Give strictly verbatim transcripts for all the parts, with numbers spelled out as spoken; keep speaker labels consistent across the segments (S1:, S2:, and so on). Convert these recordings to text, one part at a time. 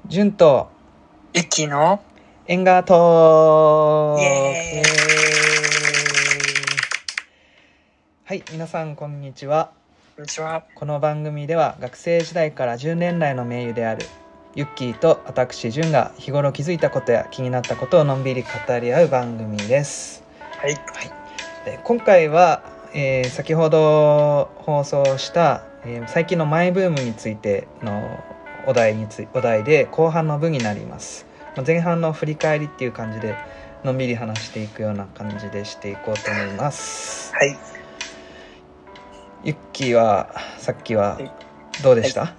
S1: 純と
S2: ゆきの
S1: 縁側トーク。
S2: イエーイ。
S1: はい、皆さんこんにちは。
S2: こんにちは。
S1: この番組では学生時代からじゅうねん来の盟友であるゆっきーと私純が日頃気づいたことや気になったことをのんびり語り合う番組です。
S2: はい、はい、
S1: で今回は、えー、先ほど放送した、えー、最近のマイブームについてのお題につお題で後半の部になります。前半の振り返りっていう感じでのんびり話していくような感じでしていこうと思います。
S2: はい。
S1: ゆっきーはさっきはどうでした？はい、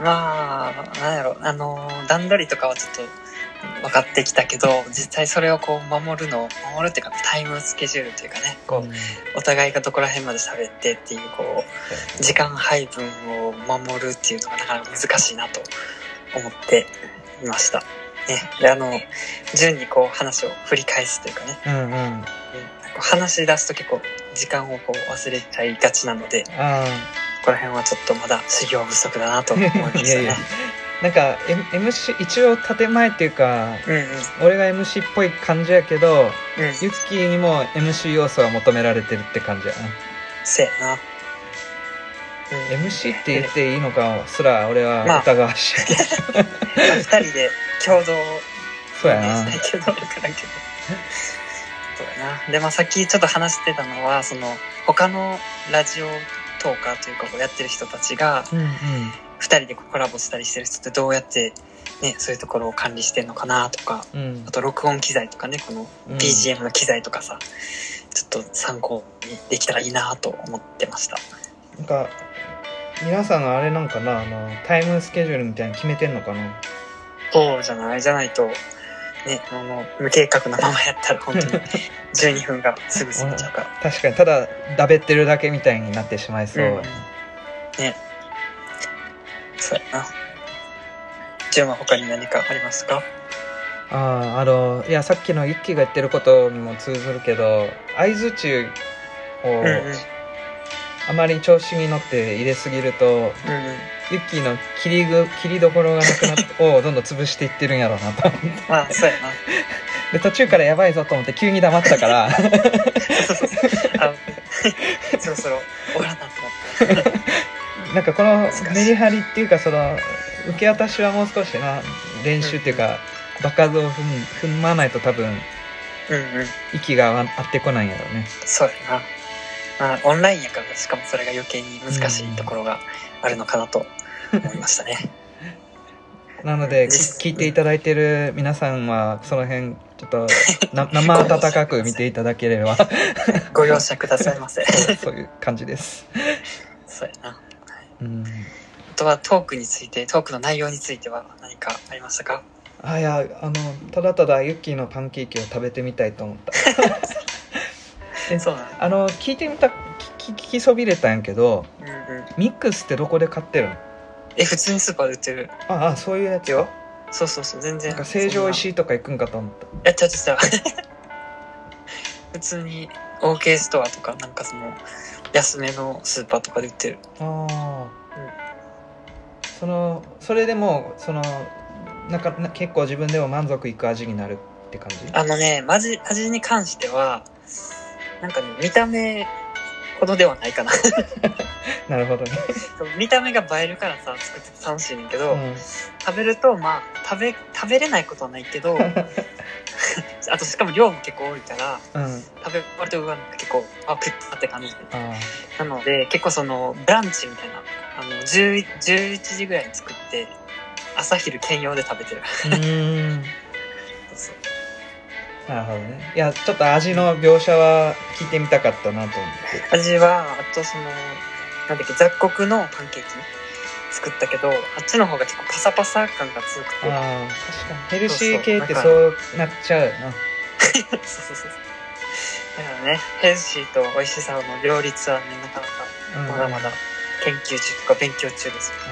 S2: まあなんやろあの段取りとかはちょっと分かってきたけど、実際それをこう守るの守るっていうかタイムスケジュールというかね、こう、うん、お互いがどこら辺まで喋ってっていうこう時間配分を守るっていうのがなかなか難しいなと思っていましたね。であの順にこう話を振り返すというかね、
S1: うんうん、
S2: 話し出すと結構時間をこう忘れちゃいがちなので、
S1: あ
S2: ここら辺はちょっとまだ修行不足だなと思いましたね。いやいや
S1: なんか エムシー 一応建前っていうか、
S2: うんうん、
S1: 俺が エムシー っぽい感じやけど、うん、ユッキーにも エムシー 要素が求められてるって感じやな。
S2: せやな、
S1: うん、エムシー って言っていいのかすら俺は疑わしい、
S2: まあ、ふたりで共同
S1: そうやな
S2: したいけど分からんけどそうやな。でまあさっきちょっと話してたのはその他のラジオトーカーというかこうやってる人たちが、うんうんふたりでコラボしたりしてる人ってどうやって、ね、そういうところを管理してるのかなとか、うん、あと録音機材とかねこの ビージーエム の機材とかさ、うん、ちょっと参考にできたらいいなと思ってました。
S1: なんか皆さんあれなんかなあのタイムスケジュールみたいに決めてんのかな。
S2: そうじゃないじゃないと、ね、あの無計画なままやったら本当にじゅうにふんがすぐ過ぎちゃうから
S1: 確かにただだべってるだけみたいになってしまいそう、うん、
S2: ね。そうやな。ジュンは他に何かありますか？
S1: ああ、あのいやさっきのユッキーが言ってることにも通ずるけど相づちを、うんうん、あまり調子に乗って入れすぎると、うんうん、ユッキーの切りぐ切りどころがなくなってをどんどん潰していってるんやろうなと思って
S2: まあそうやな
S1: で途中からやばいぞと思って急に黙ったからそうそうそう
S2: あそろそろ終わらなと思って
S1: なんかこのメリハリっていうかその受け渡しはもう少しな練習っていうか、うん、場数を踏む踏まないと多分、うんうん、息が合ってこないんやろうね。
S2: そうやな、まあ、オンラインやからしかもそれが余計に難しいところがあるのかなと思いましたね、
S1: うん、なので聞いていただいてる皆さんはその辺ちょっとな生温かく見ていただければ
S2: ご容赦くださいませ
S1: そう、そういう感じです。
S2: そうやな。
S1: うん、
S2: あとはトークについてトークの内容については何かありましたか？
S1: あいやあのただただユッキーのパンケーキを食べてみたいと思った
S2: そうなの、
S1: あの聞いてみた聞き、聞きそびれたんやけど、うんうん、ミックスってどこで買ってるの？
S2: え普通にスーパーで売ってる。
S1: ああそういうやつよ。
S2: そうそうそう全然
S1: なんか成城石井とか行くんかと思った。
S2: やっちゃうちゃう普通に オーケー ストアとかなんかその安めのスーパーとかで売ってる。ああ、
S1: うん、そのそれでもそのなんか結構自分でも満足いく味になるって感じ？
S2: あのね味味に関してはなんかね見た目ほどではないかな
S1: なるほどね
S2: 見た目が映えるからさ作ってて楽しいねんけど、うん、食べるとまあ食べ食べれないことはないけどあとしかも量も結構多いから、うん、食べ割と結構あ食ったって感じでなので結構そのブランチみたいなあのじゅう、じゅういちじぐらいに作って朝昼兼用で食べてるうーんそう
S1: そうなるほどね。いやちょっと味の描写は聞いてみたかったなと思って。
S2: 味はあとそのなんだっけ雑穀のパンケーキ作ったけどあっちの方が結構パサパサ感が強くて
S1: ああ確かにヘルシー系ってそうなっちゃうよなそう
S2: そうそうだからねヘルシーと美味しさの両立はねなかなかまだまだ研究中とか勉強中ですよ、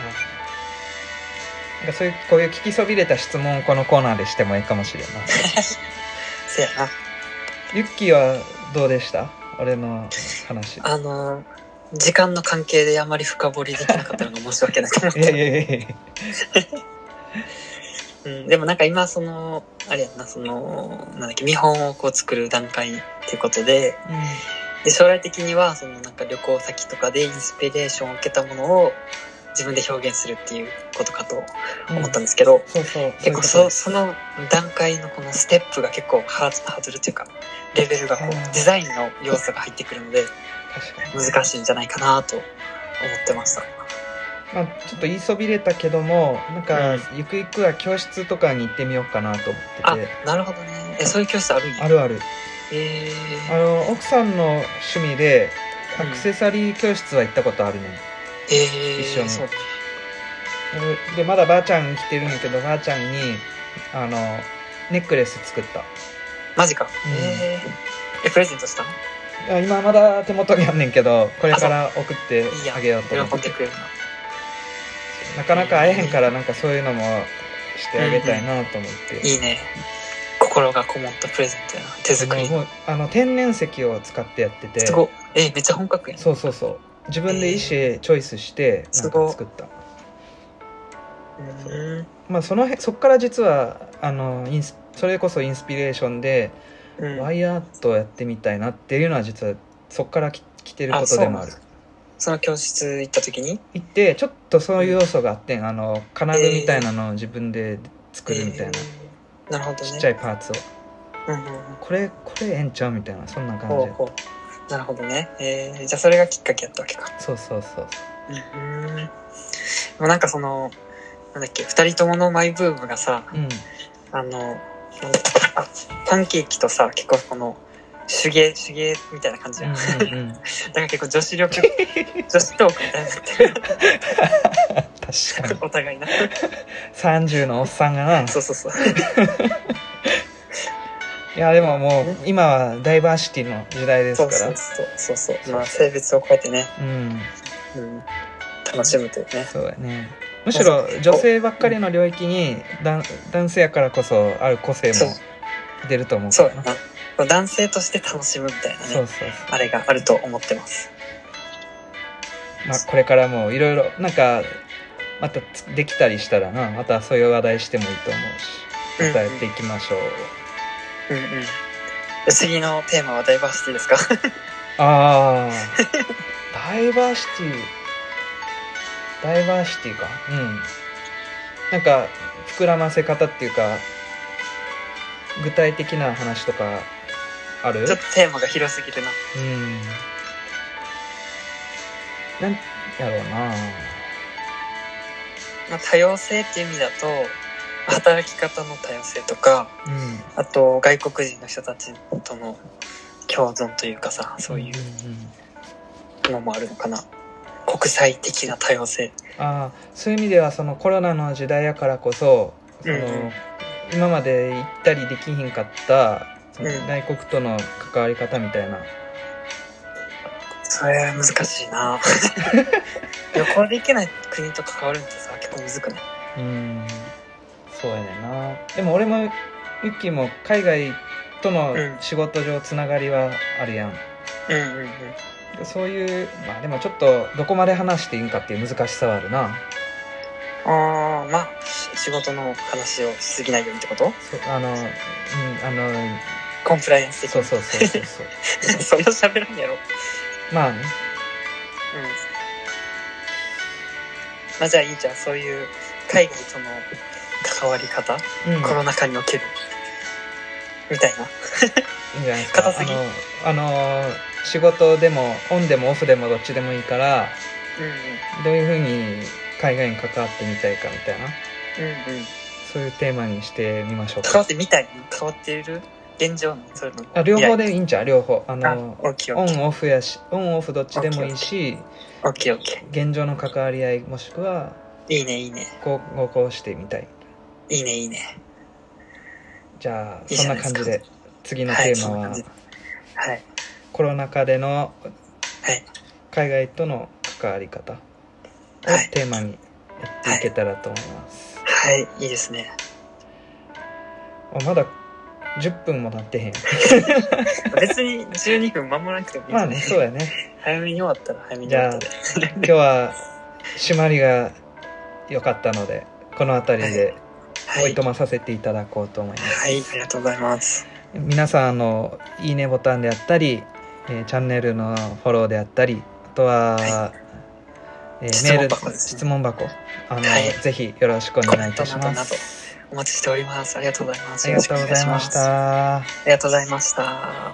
S1: うん、なんかそういうこういう聞きそびれた質問をこのコーナーでしてもいいかもしれんな
S2: せやな。
S1: ユッキーはどうでした？俺の話。
S2: あの時間の関係であまり深掘りできなかったのが申し訳ないと思って
S1: いやいやいやいや
S2: うん、でもなんか今そのあれやな、そのなんだっけ、見本をこう作る段階っていうことで、うん、で将来的にはそのなんか旅行先とかでインスピレーションを受けたものを自分で表現するっていうことかと思ったんですけど、うん、
S1: そうそう、
S2: 結構 そ, その段階のこのステップが結構ハードハードルというかレベルがこうデザインの要素が入ってくるので難しいんじゃないかなと思ってました。
S1: まあ、ちょっと言いそびれたけども、なんか、うん、ゆくゆくは教室とかに行ってみようかなと思ってて。
S2: あ、なるほどね。え、そういう教室あるんや。
S1: あるある。
S2: へー。
S1: あの奥さんの趣味でアクセサリー教室は行ったことあるね、うん、
S2: へー。
S1: 一緒に。
S2: そう
S1: でまだばあちゃん来てるんやけど、ばあちゃんにあのネックレス作った。
S2: マジか。
S1: うん、
S2: へー。え、プレゼントしたの？
S1: 今まだ手元にあんねんけど、これから送ってあげようと思って。
S2: 喜んでくれるな。
S1: なかなか会えへんから、なんかそういうのもしてあげたいなと思って、
S2: うんうん、いいね。心がこもったプレゼントやな。手作り。
S1: もうあの天然石を使ってやってて、
S2: すごい。え、めっちゃ本格やん。
S1: そうそうそう、自分で石チョイスしてなんか作った、
S2: えー、うん
S1: まあその辺そっから実はあのインスそれこそインスピレーションで、うん、ワイヤーアートをやってみたいなっていうのは実はそっからき来てることでもある。
S2: その教室行った時に
S1: 行ってちょっとそういう要素があって、うん、あの金具みたいなのを自分で作るみたいな、
S2: えー、なるほどね、
S1: ちっちゃいパーツを、
S2: うんうん、
S1: これこれええんちゃうみたいな、そんな感じ。
S2: ほうほう、なるほどね、えー、じゃあそれがきっかけやったわけか。
S1: そうそうそう
S2: そう、うん、もうなんかそのなんだっけ、ふたりとものマイブームがさ、うん、あのなんだあパンケーキとさ結構この手芸手芸みたいな感じじゃん、うんうんうん、だから結構女子力女子トークみたいになってる
S1: 確かに
S2: お互いな
S1: さんじゅうのおっさんがな
S2: そうそうそう
S1: いやでももう今はダイバーシティの時代ですから、
S2: そうそうそうそうそう、まあ性別を超えてね、うんうん、楽しむというね。
S1: そうやね。むしろ女性ばっかりの領域に男性やからこそある個性も出ると思うからな。
S2: そうやな、男性として楽しむみたいなね、そうそうそう、あれがあると思ってます。
S1: まあこれからもいろいろなんかまたできたりしたらな、またそういう話題してもいいと思うし、またやっていきましょう。
S2: うんうん、うんうん、次のテーマはダイバーシティですか
S1: ああダイバーシティダイバーシティか、うん、なんか膨らませ方っていうか具体的な話とかある？
S2: ちょっとテーマが広すぎるな。
S1: うん。なんやろうな。
S2: まあ、多様性っていう意味だと働き方の多様性とか、うん、あと外国人の人たちとの共存というかさ、そういうのもあるのかな。国際的な多様性。
S1: ああ、そういう意味ではそのコロナの時代やからこそ、その、うんうん、今まで行ったりできひんかったその外国との関わり方みたいな、うん、
S2: それは難しいな旅行で行けない国と関わるんってさ結構むずくない？
S1: うん、そうやねんな。でも俺もユッキーも海外との仕事上つながりはあるやん、
S2: うんうんうんうん、
S1: そういう、まあでもちょっとどこまで話していいんかっていう難しさはあるな。
S2: ああ、まあ仕事の話をしすぎないようにってこと？
S1: そう、あの、うん、あの
S2: コンプライアンス的
S1: に。そうそうそうそう
S2: そんな喋らんやろ。
S1: まあね。うん。
S2: まあじゃあいいじゃん、そういう海外との関わり方、うん、コロナ禍におけるみたいな。い
S1: いんじゃないですか。硬すぎ。あの、あの仕事でもオンでもオフでもどっちでもいいから、うんうん、どういう風に海外に関わってみたいかみたいな、うんうん、そういうテーマにしてみましょうか。
S2: 関わってみたい関わっている現状のそういうの
S1: あ両方でいいんじゃん。両方あの
S2: あオッケーオッケー
S1: オンオフやしオンオフどっちでもいいし、
S2: オッケーオッケ
S1: ー現状の関わり合いもしくはい
S2: いねいいね
S1: こうこうこうしてみたい。
S2: いいねいいね。
S1: じゃあそんな感じで次のテーマは、はい
S2: はい、
S1: コロナ禍での海外との関わり方をテーマにやっていけたらと思います。
S2: はい、はい、いいですね。
S1: あまだじゅっぷんも経ってへん
S2: 別にじゅうにふん守らなくてもいいですね。
S1: まあね、そうやね。
S2: 早めに終わったら早めに終わったで。
S1: 今日は締まりが良かったので、この辺りでおいとまさせていただこうと思います。
S2: はい、はい、ありがとうございます。
S1: 皆さんあのいいねボタンであったり、えー、チャンネルのフォローであったり、あとは、はい、えー、メール、ね、質問箱、あの、はい、ぜひよろしくお願いいたします。
S2: お待ちしております。ありがとうございます。
S1: ありがとうございました。
S2: ありがとうございました。